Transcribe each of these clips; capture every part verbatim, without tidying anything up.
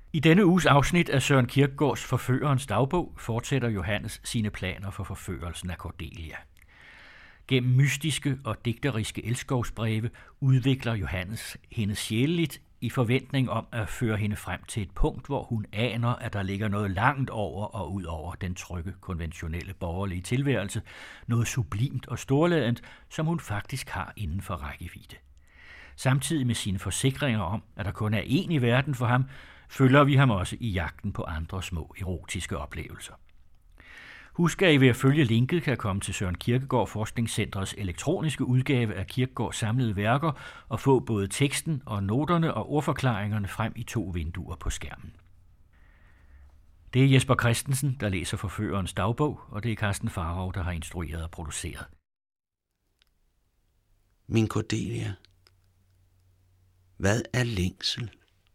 I denne uges afsnit af Søren Kierkegaards Forførerens dagbog fortsætter Johannes sine planer for forførelsen af Cordelia. Gennem mystiske og digteriske elskovsbreve udvikler Johannes hende sjæleligt i forventning om at føre hende frem til et punkt, hvor hun aner, at der ligger noget langt over og ud over den trygge, konventionelle borgerlige tilværelse, noget sublimt og storladent, som hun faktisk har inden for rækkevidde. Samtidig med sine forsikringer om, at der kun er én i verden for ham, følger vi ham også i jagten på andre små erotiske oplevelser. Husk, at I ved at følge linket kan komme til Søren Kierkegaard Forskningscentrets elektroniske udgave af Kierkegaards samlede værker og få både teksten og noterne og ordforklaringerne frem i to vinduer på skærmen. Det er Jesper Christensen, der læser Forførerens dagbog, og det er Carsten Farov, der har instrueret og produceret. Min Cordelia, hvad er længsel?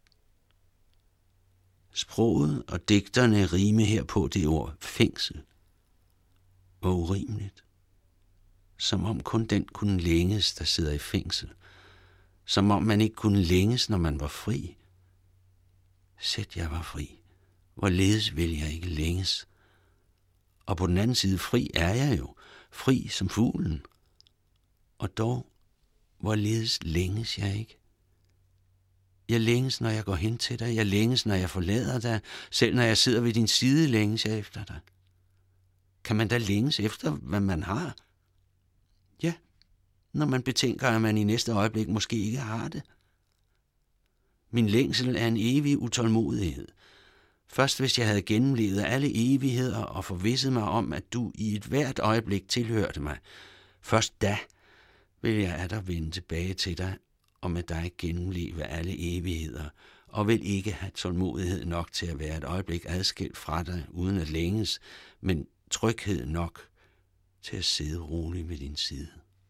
Sproget og digterne rime herpå det ord fængsel. Hvor urimeligt. Som om kun den kunne længes, der sidder i fængsel. Som om man ikke kunne længes, når man var fri. Sæt jeg var fri. Hvorledes vil jeg ikke længes? Og på den anden side, fri er jeg jo. Fri som fuglen. Og dog, hvorledes længes jeg ikke? Jeg længes, når jeg går hen til dig. Jeg længes, når jeg forlader dig. Selv når jeg sidder ved din side, længes jeg efter dig. Kan man da længes efter, hvad man har? Ja, når man betænker, at man i næste øjeblik måske ikke har det. Min længsel er en evig utålmodighed. Først hvis jeg havde gennemlevet alle evigheder og forvisset mig om, at du i et hvert øjeblik tilhørte mig, først da vil jeg atter vende tilbage til dig og med dig gennemleve alle evigheder, og vil ikke have tålmodighed nok til at være et øjeblik adskilt fra dig, uden at længes, men tryghed nok til at sidde rolig ved din side.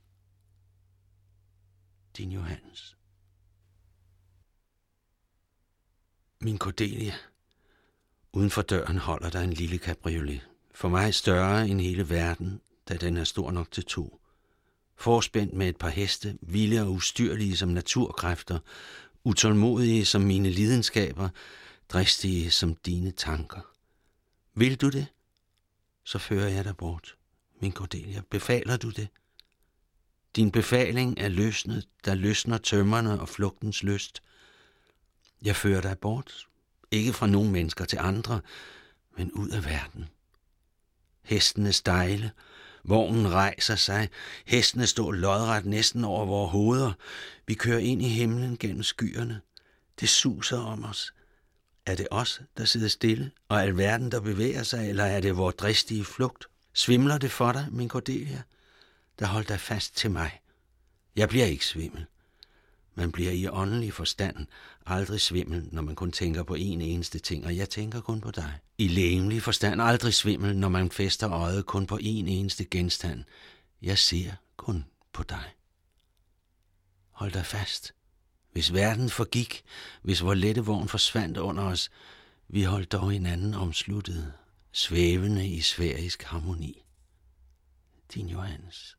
Din Johannes. Min Cordelia, uden for døren holder der en lille cabriolet. For mig større end hele verden, da den er stor nok til to. Forspændt med et par heste, vilde og ustyrlige som naturkræfter, utålmodige som mine lidenskaber, dristige som dine tanker. Vil du det? Så fører jeg dig bort. Min Cordelia, befaler du det? Din befaling er løsnet, der løsner tømmerne og flugtens lyst. Jeg fører dig bort, ikke fra nogen mennesker til andre, men ud af verden. Hestene stejle, vognen rejser sig, hestene står lodret næsten over vores hoveder. Vi kører ind i himlen gennem skyerne. Det suser om os. Er det os, der sidder stille, og er verden, der bevæger sig, eller er det vores dristige flugt? Svimler det for dig, min Cordelia? Der hold dig fast til mig. Jeg bliver ikke svimmel. Man bliver i åndelig forstand aldrig svimmel, når man kun tænker på en eneste ting, og jeg tænker kun på dig. I legemlig forstand aldrig svimmel, når man fæster øjet kun på en eneste genstand. Jeg ser kun på dig. Hold dig fast. Hvis verden forgik, hvis vor lette vogn forsvandt under os, vi holdt dog hinanden omsluttet, svævende i sfærisk harmoni. Din Johannes.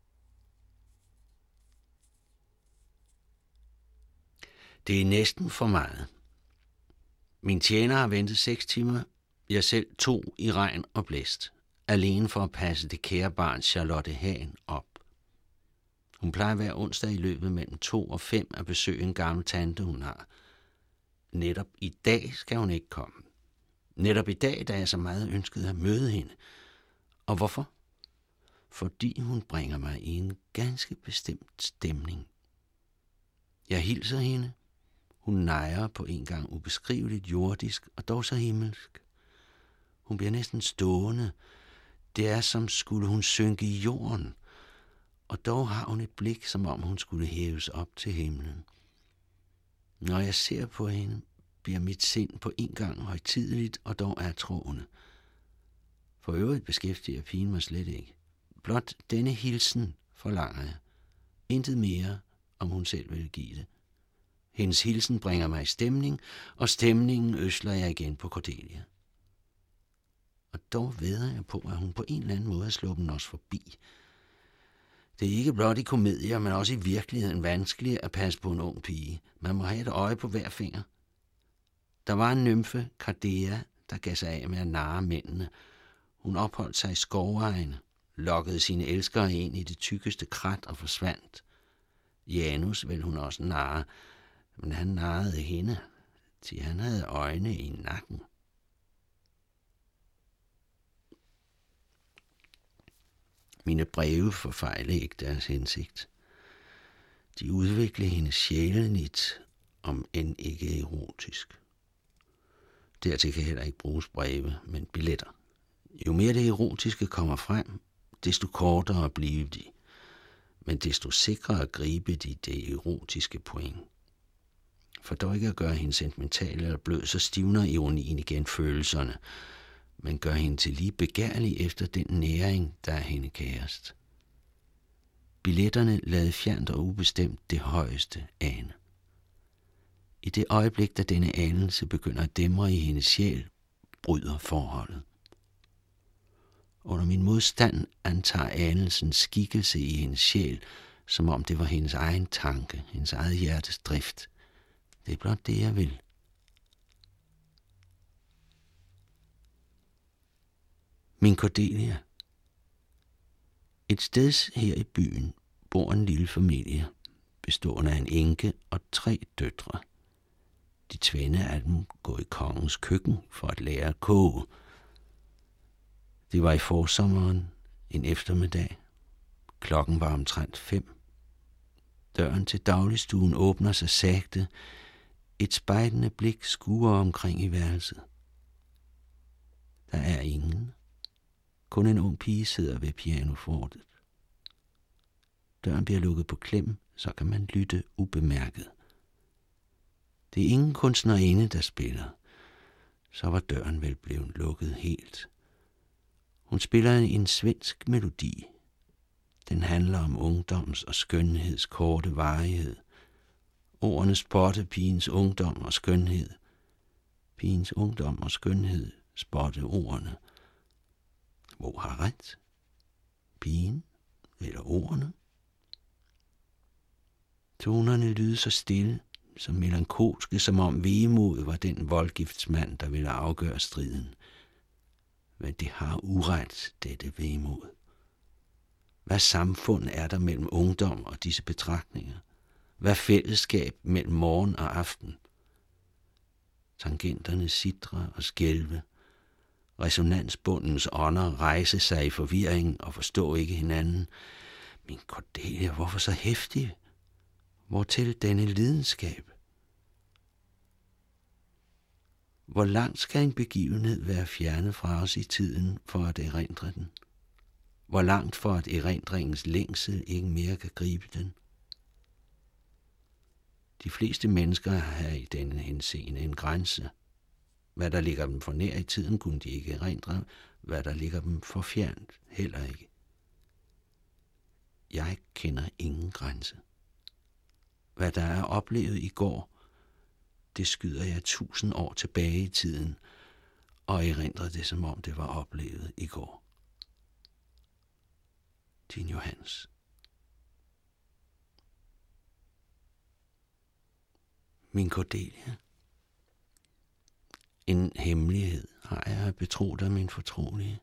Det er næsten for meget. Min tjener har ventet seks timer, jeg selv to i regn og blæst, alene for at passe det kære barn Charlotte Hahn op. Hun plejer hver onsdag i løbet mellem to og fem at besøge en gammel tante, hun har. Netop i dag skal hun ikke komme. Netop i dag, da jeg så meget ønskede at møde hende. Og hvorfor? Fordi hun bringer mig i en ganske bestemt stemning. Jeg hilser hende. Hun nejer på en gang ubeskriveligt jordisk og dog så himmelsk. Hun bliver næsten stående. Det er som skulle hun synke i jorden. Og dog har hun et blik, som om hun skulle hæves op til himlen. Når jeg ser på hende, bliver mit sind på en gang højtideligt og dog er troende. For øvrigt beskæftiger pigen mig slet ikke. Blot denne hilsen forlanger jeg. Intet mere, om hun selv vil give det. Hendes hilsen bringer mig i stemning, og stemningen øsler jeg igen på Cordelia. Og dog vædder jeg på, at hun på en eller anden måde er sluppet os forbi. Det er ikke blot i komedier, men også i virkeligheden vanskeligt at passe på en ung pige. Man må have et øje på hver finger. Der var en nymfe, Cardea, der gav sig af med at narre mændene. Hun opholdt sig i skovvejene, lokkede sine elskere ind i det tykkeste krat og forsvandt. Janus ville hun også narre, men han narrede hende, til han havde øjne i nakken. Mine breve forfejlede ikke deres hensigt. De udviklede hende sjælenligt, om end ikke erotisk. Dertil kan heller ikke bruges breve, men billetter. Jo mere det erotiske kommer frem, desto kortere bliver de, men desto sikrere gribe de det erotiske point. For dog ikke at gøre hende sentimental eller blød, så stivner ironien igen følelserne, men gør hende til lige begærlig efter den næring, der er hende kærest. Billetterne lade fjernt og ubestemt det højeste ane. I det øjeblik, da denne anelse begynder at dæmre i hendes sjæl, bryder forholdet. Under min modstand antager anelsen skikkelse i hendes sjæl, som om det var hendes egen tanke, hendes eget hjertes drift. Det er blot det, jeg vil. Min Cordelia. Et sted her i byen bor en lille familie, bestående af en enke og tre døtre. De tvenne af dem går i kongens køkken for at lære at koge. Det var i forsommeren, en eftermiddag. Klokken var omtrent fem. Døren til dagligstuen åbner sig sagte. Et spejdende blik skuer omkring i værelset. Der er ingen. Kun en ung pige sidder ved pianofortet. Døren bliver lukket på klem, så kan man lytte ubemærket. Det er ingen kunstnerinde, der spiller. Så var døren vel blevet lukket helt. Hun spiller en svensk melodi. Den handler om ungdoms og skønheds korte varighed. Ordene spotte pigens ungdom og skønhed. Pigens ungdom og skønhed spotte ordene. Hvor har ret? Pigen eller ordene? Tonerne lyder så stille, så melankolske, som om vemod var den voldgiftsmand, der ville afgøre striden. Men det har uret, dette vemod. Hvad samfund er der mellem ungdom og disse betragtninger? Hvad fællesskab mellem morgen og aften? Tangenterne sidre og skælve. Resonansbundens ånder rejse sig i forvirring og forstå ikke hinanden. Min Cordelia, hvorfor så heftig? Hvortil denne lidenskab? Hvor langt skal en begivenhed være fjernet fra os i tiden for at erindre den? Hvor langt for at erindringens længsel ikke mere kan gribe den? De fleste mennesker har i denne henseende en grænse. Hvad der ligger dem for nær i tiden, kunne de ikke erindre. Hvad der ligger dem for fjernt, heller ikke. Jeg kender ingen grænse. Hvad der er oplevet i går, det skyder jeg tusind år tilbage i tiden, og erindrer det, som om det var oplevet i går. Din Johannes. Min Cordelia. En hemmelighed har jeg betroet dig, min fortrolige.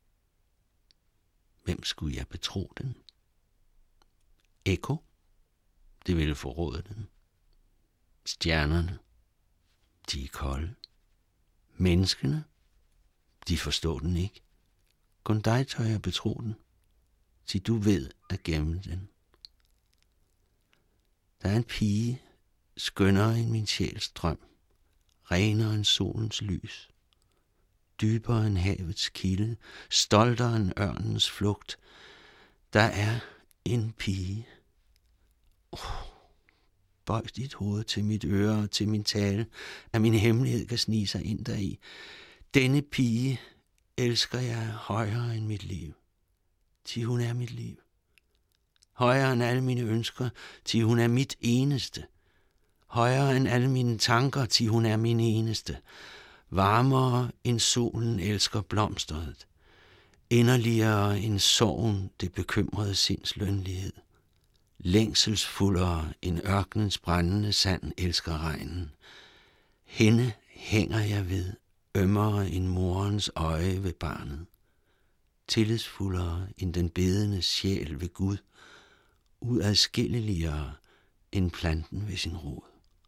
Hvem skulle jeg betro den? Ekko? Det ville forråde den. Stjernerne? De er kolde. Menneskene? De forstår den ikke. Kun dig tør jeg betro den, til du ved at gemme den. Der er en pige, skønnere end min sjæls drøm, renere end solens lys, dybere end havets kilde, stoltere end ørnens flugt. Der er en pige. Oh, bøj dit hoved til mit øre og til min tale, at min hemmelighed kan snige sig ind deri. Denne pige elsker jeg højere end mit liv, til hun er mit liv. Højere end alle mine ønsker, til hun er mit eneste. Højere end alle mine tanker, til hun er min eneste. Varmere end solen elsker blomstret. Inderligere end sorgen, det bekymrede sinds lønlighed. Længselsfuldere end ørkenens brændende sand elsker regnen. Hende, hænger jeg ved, ømmere end morens øje ved barnet, tillidsfuldere end den bedende sjæl ved Gud, uadskilleligere end planten ved sin rod.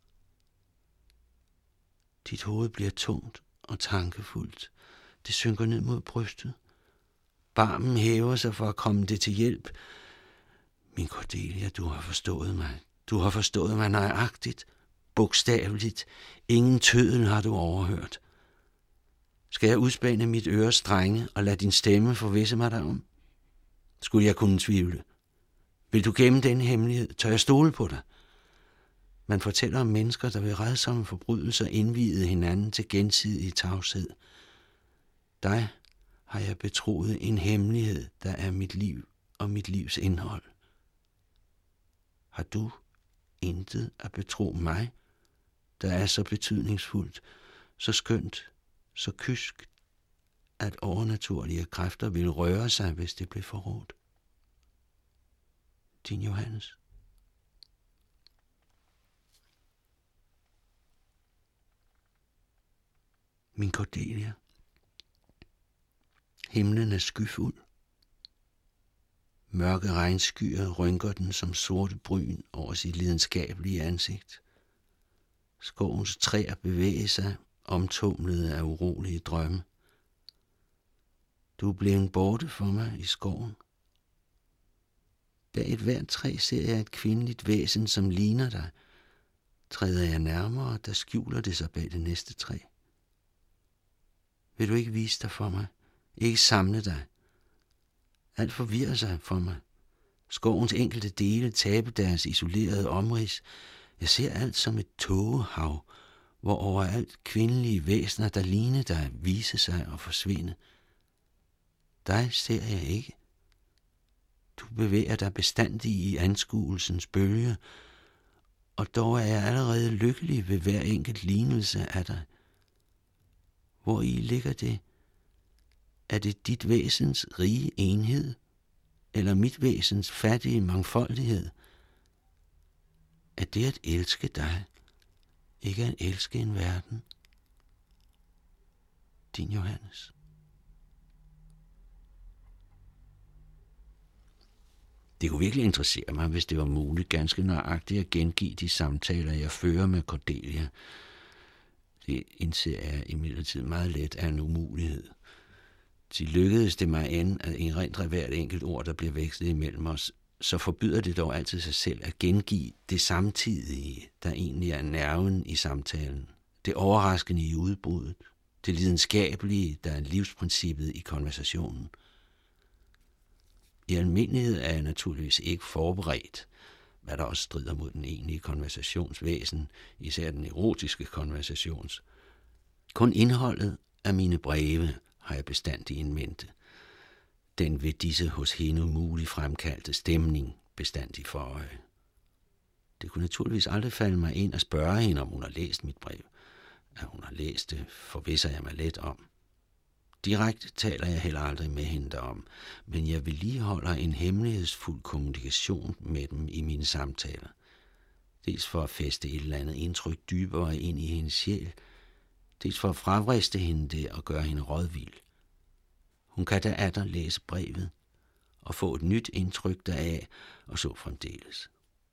Dit hoved bliver tungt og tankefuldt. Det synker ned mod brystet. Barmen hæver sig for at komme det til hjælp. Min Cordelia, du har forstået mig. Du har forstået mig nøjagtigt, bogstaveligt. Ingen tødel har du overhørt. Skal jeg udspænde mit øre strenge og lade din stemme forvisse mig derom? Skulle jeg kunne tvivle? Vil du gemme den hemmelighed? Tør jeg stole på dig? Man fortæller om mennesker, der ved rædsomme forbrydelser indviede hinanden til gensidig tavshed. Dig har jeg betroet en hemmelighed, der er mit liv og mit livs indhold. Har du intet at betro mig, der er så betydningsfuldt, så skønt, så kysk, at overnaturlige kræfter ville røre sig, hvis det blev forrådt? Din Johannes. Min Cordelia. Himlen er skyfuld. Mørke regnskyer rynker den som sorte bryn over sit lidenskabelige ansigt. Skovens træer bevæger sig, omtumlede af urolige drømme. Du er blevet borte for mig i skoven. Bag et hvert træ ser jeg et kvindeligt væsen, som ligner dig. Træder jeg nærmere, der skjuler det sig bag det næste træ. Vil du ikke vise dig for mig? Ikke samle dig? Alt forvirrer sig for mig. Skovens enkelte dele taber deres isolerede omrids. Jeg ser alt som et tågehav, hvor overalt kvindelige væsener, der ligner dig, vise sig og forsvinde. Dig ser jeg ikke. Du bevæger dig bestandig i anskuelsens bølge, og dog er jeg allerede lykkelig ved hver enkelt lignelse af dig. Hvor i ligger det? Er det dit væsens rige enhed, eller mit væsens fattige mangfoldighed? Er det at elske dig, ikke at elske en verden? Din Johannes. Det kunne virkelig interessere mig, hvis det var muligt ganske nøjagtigt at gengive de samtaler, jeg fører med Cordelia. Det indser jeg imidlertid meget let er en umulighed. Til lykkedes det mig end at indrendre hvert enkelt ord, der bliver vekslet imellem os, så forbyder det dog altid sig selv at gengive det samtidige, der egentlig er nerven i samtalen. Det overraskende i udbruddet. Det lidenskabelige, der er livsprincippet i konversationen. I almindelighed er jeg naturligvis ikke forberedt, hvad der også strider mod den egentlige konversationsvæsen, især den erotiske konversations. Kun indholdet af mine breve har jeg bestandig en mente. Den ved disse hos hende umuligt fremkaldte stemning bestandig for øje. Det kunne naturligvis aldrig falde mig ind at spørge hende, om hun har læst mit brev. At hun har læst det, forvisser jeg mig let om. Direkte taler jeg heller aldrig med hende derom, men jeg vedligeholder en hemmelighedsfuld kommunikation med dem i mine samtaler. Dels for at fæste et eller andet indtryk dybere ind i hendes sjæl, dels for at fravriste hende det og gøre hende rådvild. Hun kan da atter læse brevet og få et nyt indtryk deraf, og så fremdeles.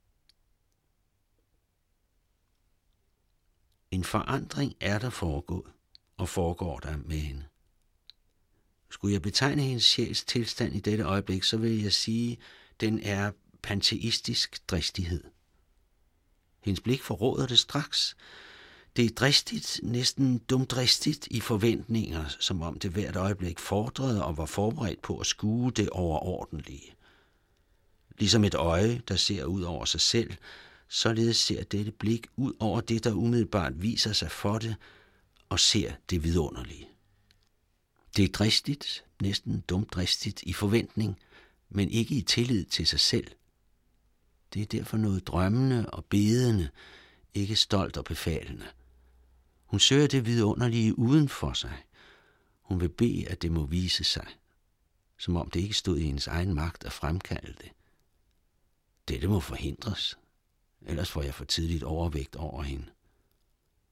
En forandring er der foregået, og foregår der med hende. Skulle jeg betegne hendes sjæls tilstand i dette øjeblik, så vil jeg sige, den er panteistisk dristighed. Hendes blik forråder det straks. Det er dristigt, næsten dumdristigt i forventninger, som om det hvert øjeblik fordrede og var forberedt på at skue det overordentlige. Ligesom et øje, der ser ud over sig selv, således ser dette blik ud over det, der umiddelbart viser sig for det, og ser det vidunderlige. Det er dristigt, næsten dumdristigt i forventning, men ikke i tillid til sig selv. Det er derfor noget drømmende og bedende, ikke stolt og befalende. Hun søger det vidunderlige uden for sig. Hun vil bede, at det må vise sig, som om det ikke stod i hendes egen magt at fremkalde det. Dette må forhindres, ellers får jeg for tidligt overvægt over hende.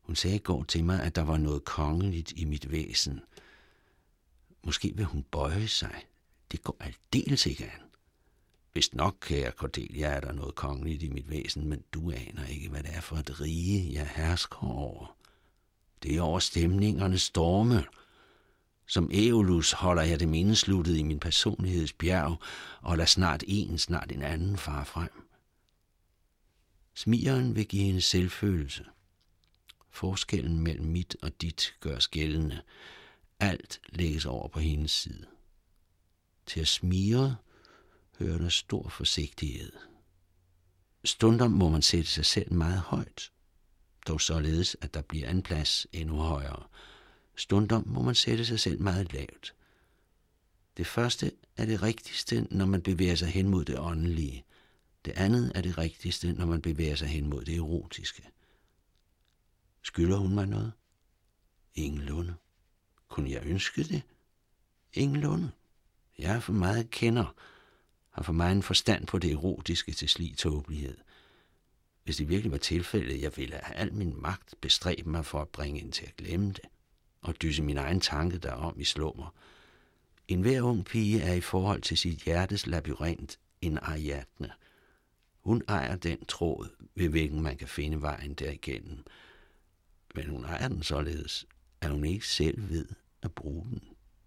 Hun sagde i går til mig, at der var noget kongeligt i mit væsen. Måske vil hun bøje sig. Det går aldeles ikke an. Vist nok, kære Cordelia, er der noget kongeligt i mit væsen, men du aner ikke, hvad det er for et rige, jeg hersker over. Det er over stemningernes storme. Som Æolus holder jeg det mindesluttet i min personlighedsbjerg, og lader snart en, snart en anden far frem. Smigeren vil give hende selvfølelse. Forskellen mellem mit og dit gøres gældende. Alt lægges over på hendes side. Til at smire hører der stor forsigtighed. Stundom må man sætte sig selv meget højt, dog således, at der bliver en plads endnu højere. Stundom må man sætte sig selv meget lavt. Det første er det rigtigste, når man bevæger sig hen mod det åndelige. Det andet er det rigtigste, når man bevæger sig hen mod det erotiske. Skylder hun mig noget? Ingenlunde. Kunne jeg ønske det? Ingenlunde. Jeg er for meget kender, har for meget en forstand på det erotiske til slig tåbelighed. Hvis det virkelig var tilfældet, jeg ville have al min magt bestræbe mig for at bringe hende til at glemme det, og dysse min egen tanke derom i slummer. En hver ung pige er i forhold til sit hjertes labyrint en Ariadne. Hun ejer den tråd, ved hvilken man kan finde vejen derigennem. Men hun ejer den således, at hun ikke selv ved at bruge den.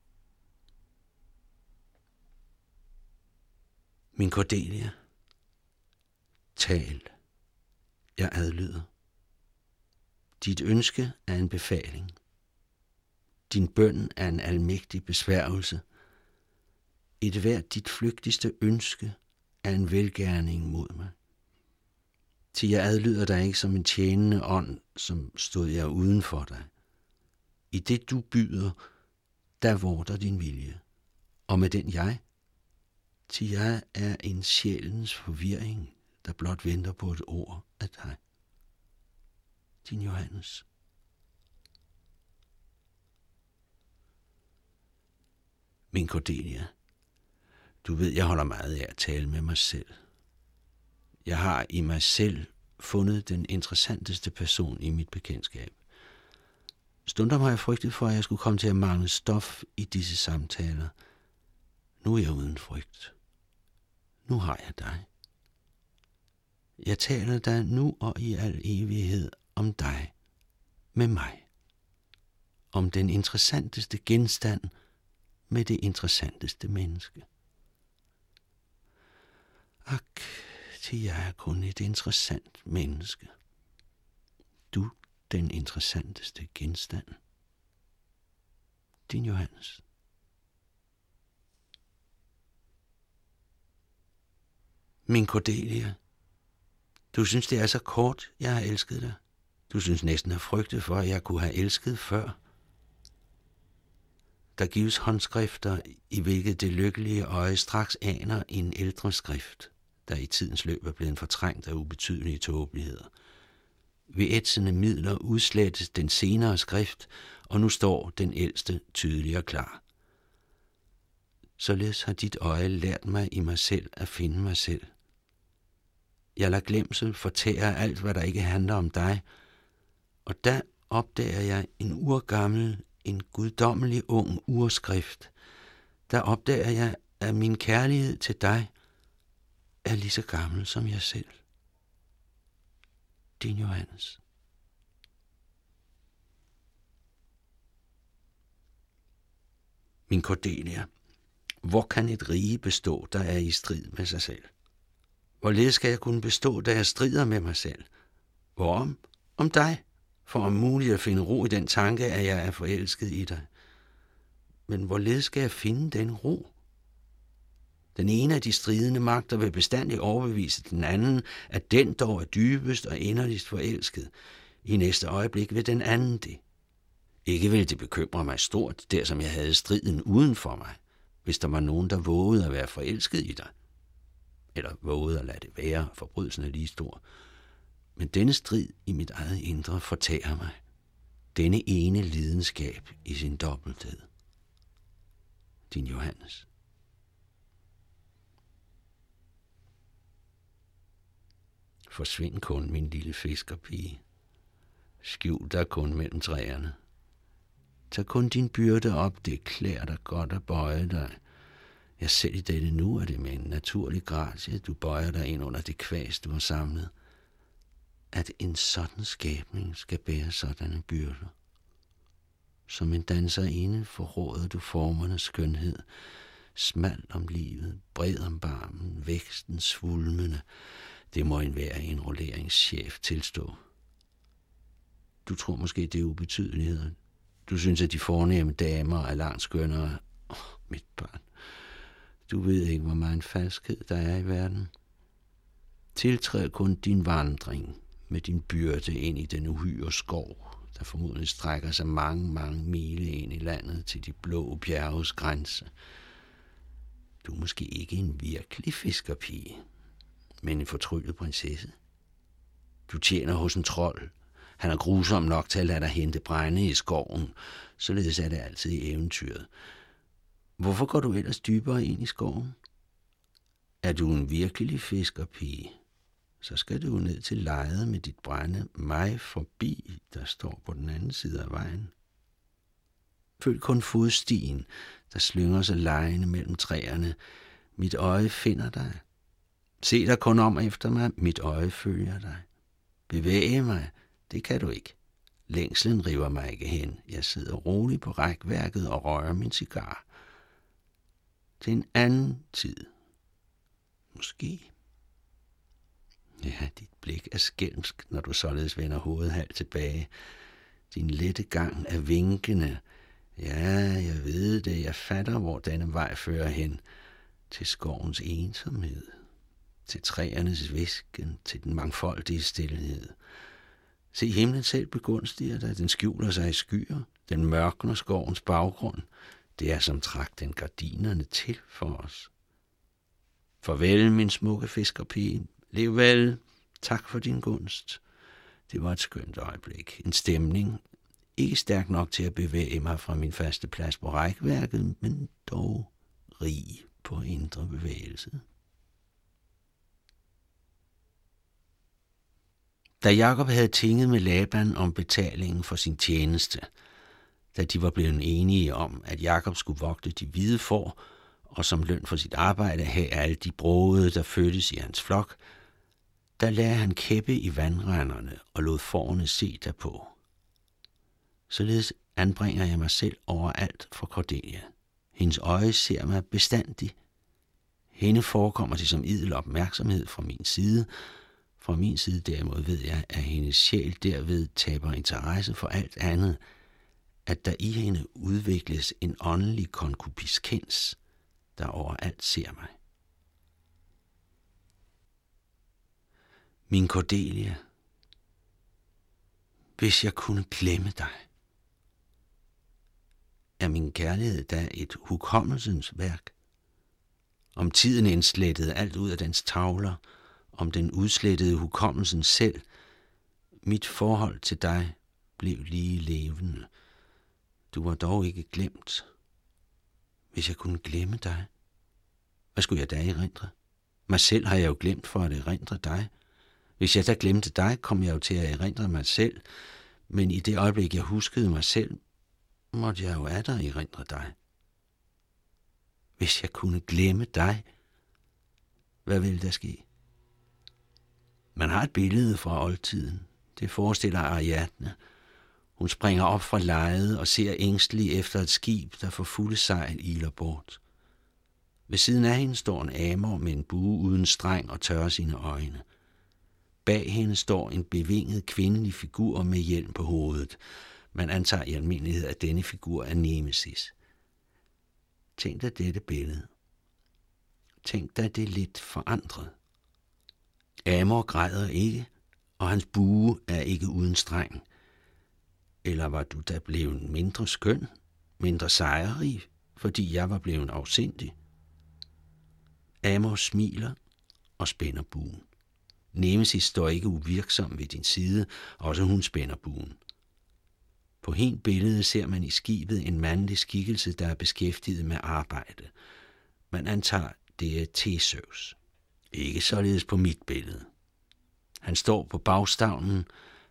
Min Cordelia, tal. Jeg adlyder. Dit ønske er en befaling. Din bøn er en almægtig besværgelse. Et hvert dit flygtigste ønske er en velgerning mod mig. Til jeg adlyder dig ikke som en tjenende ånd, som stod jeg uden for dig. I det du byder, der vorter din vilje. Og med den jeg, til jeg er en sjælens forvirring, der blot venter på et ord af dig. Din Johannes. Min Cordelia, du ved, jeg holder meget af at tale med mig selv. Jeg har i mig selv fundet den interessanteste person i mit bekendtskab. Stundom har jeg frygtet for, at jeg skulle komme til at mangle stof i disse samtaler. Nu er jeg uden frygt. Nu har jeg dig. Jeg taler dig nu og i al evighed om dig, med mig. Om den interessanteste genstand med det interessanteste menneske. Ak, til jeg er kun et interessant menneske. Du den interessanteste genstand. Din Johannes. Min Cordelia, du synes, det er så kort, jeg har elsket dig. Du synes næsten at frygte for, at jeg kunne have elsket før. Der gives håndskrifter, i hvilket det lykkelige øje straks aner en ældre skrift, der i tidens løb er blevet fortrængt af ubetydelige tåbeligheder. Ved ætsende midler udslettes den senere skrift, og nu står den ældste tydelig og klar. Således har dit øje lært mig i mig selv at finde mig selv. Jeg lader glemsel fortære alt, hvad der ikke handler om dig, og der opdager jeg en urgammel, en guddommelig ung urskrift. Der opdager jeg, at min kærlighed til dig er lige så gammel som jeg selv. Din Johannes. Min Cordelia, hvor kan et rige bestå, der er i strid med sig selv? Hvorledes skal jeg kunne bestå, da jeg strider med mig selv? Hvorom? Om dig, for om muligt at finde ro i den tanke, at jeg er forelsket i dig. Men hvorledes skal jeg finde den ro? Den ene af de stridende magter vil bestandig overbevise den anden, at den dog er dybest og inderligst forelsket. I næste øjeblik vil den anden det. Ikke ville det bekymre mig stort, der som jeg havde striden uden for mig, hvis der var nogen, der vågede at være forelsket i dig. Eller vågede at lade det være, forbrydelsen er lige stor. Men denne strid i mit eget indre fortærer mig. Denne ene lidenskab i sin dobbelthed. Din Johannes. Forsvind kun, min lille fiskerpige. Skjul dig kun mellem træerne. Tag kun din byrde op, det klæder dig godt at bøje dig. Ja, selv i dette nu er det med en naturlig gratie, du bøjer dig ind under det kvæs, du har samlet. At en sådan skabning skal bære sådanne byrder. Som en danserinde forråder du formernes skønhed, smal om livet, bred om barmen, væksten svulmende. Det må enhver enrolleringschef tilstå. Du tror måske, det er ubetydeligheder. Du synes, at de fornemme damer er langt skønnere. Åh, oh, mit barn. Du ved ikke, hvor meget falskhed der er i verden. Tiltræd kun din vandring med din byrde ind i den uhyre skov, der formodentlig strækker sig mange, mange mile ind i landet til de blå bjerges grænse. Du er måske ikke en virkelig fiskerpige, men en fortryllet prinsesse. Du tjener hos en trold. Han er grusom nok til at lade dig hente brænde i skoven, således er det altid i eventyret. Hvorfor går du ellers dybere ind i skoven? Er du en virkelig fiskerpige, så skal du ned til lejet med dit brænde mig forbi, der står på den anden side af vejen. Følg kun fodstien, der slynger sig lejende mellem træerne. Mit øje finder dig. Se dig kun om efter mig, mit øje følger dig. Bevæge mig, det kan du ikke. Længslen river mig ikke hen. Jeg sidder roligt på rækværket og rører min cigar. Til en anden tid. Måske. Ja, dit blik er skælmsk, når du således vender hovedet halvt tilbage. Din lette gang er vinkende. Ja, jeg ved det. Jeg fatter, hvor denne vej fører hen. Til skovens ensomhed. Til træernes visken. Til den mangfoldige stillhed. Se, himlen selv begunstiger dig. Den skjuler sig i skyer. Den mørkner skovens baggrund. Det er som trak den gardinerne til for os. Farvel, min smukke fiskerpige. Lev vel. Tak for din gunst. Det var et skønt øjeblik. En stemning. Ikke stærk nok til at bevæge mig fra min faste plads på rækværket, men dog rig på indre bevægelse. Da Jakob havde tinget med Laban om betalingen for sin tjeneste, da de var blevet enige om, at Jakob skulle vogte de hvide får, og som løn for sit arbejde have alle de brode, der fødtes i hans flok, der lagde han kæppe i vandrenderne og lod fårene se derpå. Således anbringer jeg mig selv overalt for Cordelia. Hendes øje ser mig bestandig. Hende forekommer det som idel opmærksomhed fra min side. Fra min side derimod ved jeg, at hendes sjæl derved taber interesse for alt andet, at der i hende udvikles en åndelig konkupiskens, der overalt ser mig. Min Cordelia, hvis jeg kunne glemme dig, er min kærlighed da et hukommelsens værk? Om tiden indslettede alt ud af dens tavler, om den udslettede hukommelsen selv, mit forhold til dig blev lige levende. Du var dog ikke glemt. Hvis jeg kunne glemme dig, hvad skulle jeg da erindre? Mig selv har jeg jo glemt for at erindre dig. Hvis jeg da glemte dig, kom jeg jo til at erindre mig selv, men i det øjeblik, jeg huskede mig selv, måtte jeg jo atter erindre dig. Hvis jeg kunne glemme dig, hvad ville der ske? Man har et billede fra oldtiden. Det forestiller Ariadne. Hun springer op fra lejet og ser ængstelig efter et skib, der for fulde sejl iler bort. Ved siden af hende står en Amor med en bue uden streng og tørrer sine øjne. Bag hende står en bevinget kvindelig figur med hjelm på hovedet. Man antager i almindelighed, at denne figur er Nemesis. Tænk dig dette billede. Tænk dig det lidt forandret. Amor græder ikke, og hans bue er ikke uden streng. Eller var du da blevet mindre skøn, mindre sejrrig, fordi jeg var blevet afsindig? Amor smiler og spænder buen. Nemesis står ikke uvirksom ved din side, også hun spænder buen. På hen billede ser man i skibet en mandlig skikkelse, der er beskæftiget med arbejde. Man antager, det er Theseus. Ikke således på mit billede. Han står på bagstavnen,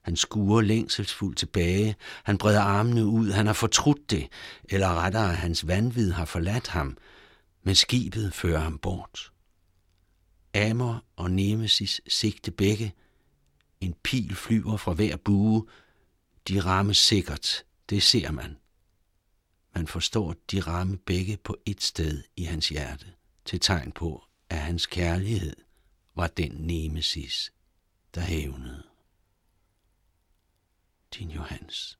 Han skuer længselsfuldt tilbage. Han breder armene ud. Han har fortrudt det, eller rettere, hans vanvid har forladt ham. Men skibet fører ham bort. Amor og Nemesis sigte begge. En pil flyver fra hver bue. De rammes sikkert. Det ser man. Man forstår, de ramme begge på et sted i hans hjerte, til tegn på, at hans kærlighed var den Nemesis, der hævnede. Din Johannes.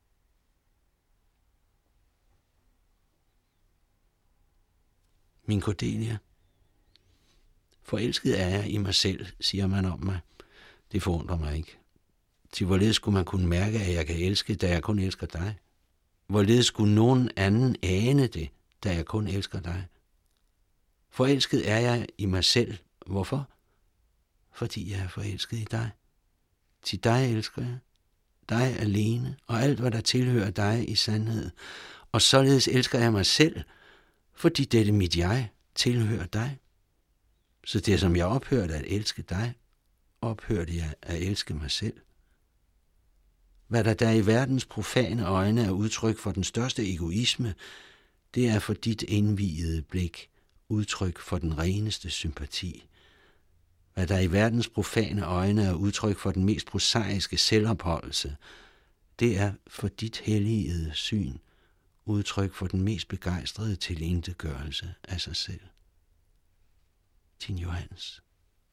Min Cordelia. Forelsket er jeg i mig selv, siger man om mig. Det forundrer mig ikke. Til hvorledes skulle man kunne mærke, at jeg kan elske, da jeg kun elsker dig? Hvorledes skulle nogen anden ane det, da jeg kun elsker dig? Forelsket er jeg i mig selv. Hvorfor? Fordi jeg er forelsket i dig. Til dig elsker jeg. Dig alene, og alt, hvad der tilhører dig i sandhed. Og således elsker jeg mig selv, fordi dette mit jeg tilhører dig. Så det, som jeg ophørte at elske dig, ophørte jeg at elske mig selv. Hvad der der i verdens profane øjne er udtryk for den største egoisme, det er for dit indviede blik udtryk for den reneste sympati. Hvad der i verdens profane øjne er udtryk for den mest prosaiske selvopholdelse, det er for dit helligede syn udtryk for den mest begejstrede tilintetgørelse af sig selv. Din Johannes.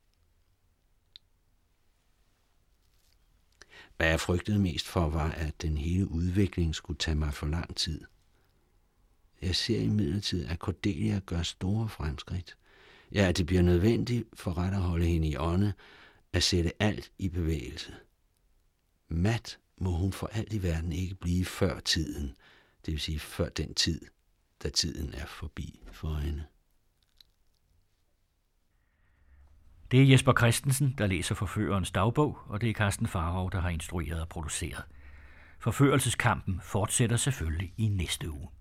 Hvad jeg frygtede mest for, var, at den hele udvikling skulle tage mig for lang tid. Jeg ser imidlertid, at Cordelia gør store fremskridt. Ja, at det bliver nødvendigt for ret at holde hende i ånde, at sætte alt i bevægelse. Mat må hun for alt i verden ikke blive før tiden, det vil sige før den tid, da tiden er forbi for hende. Det er Jesper Christensen, der læser Forførerens dagbog, og det er Karsten Farhov, der har instrueret og produceret. Forførelseskampen fortsætter selvfølgelig i næste uge.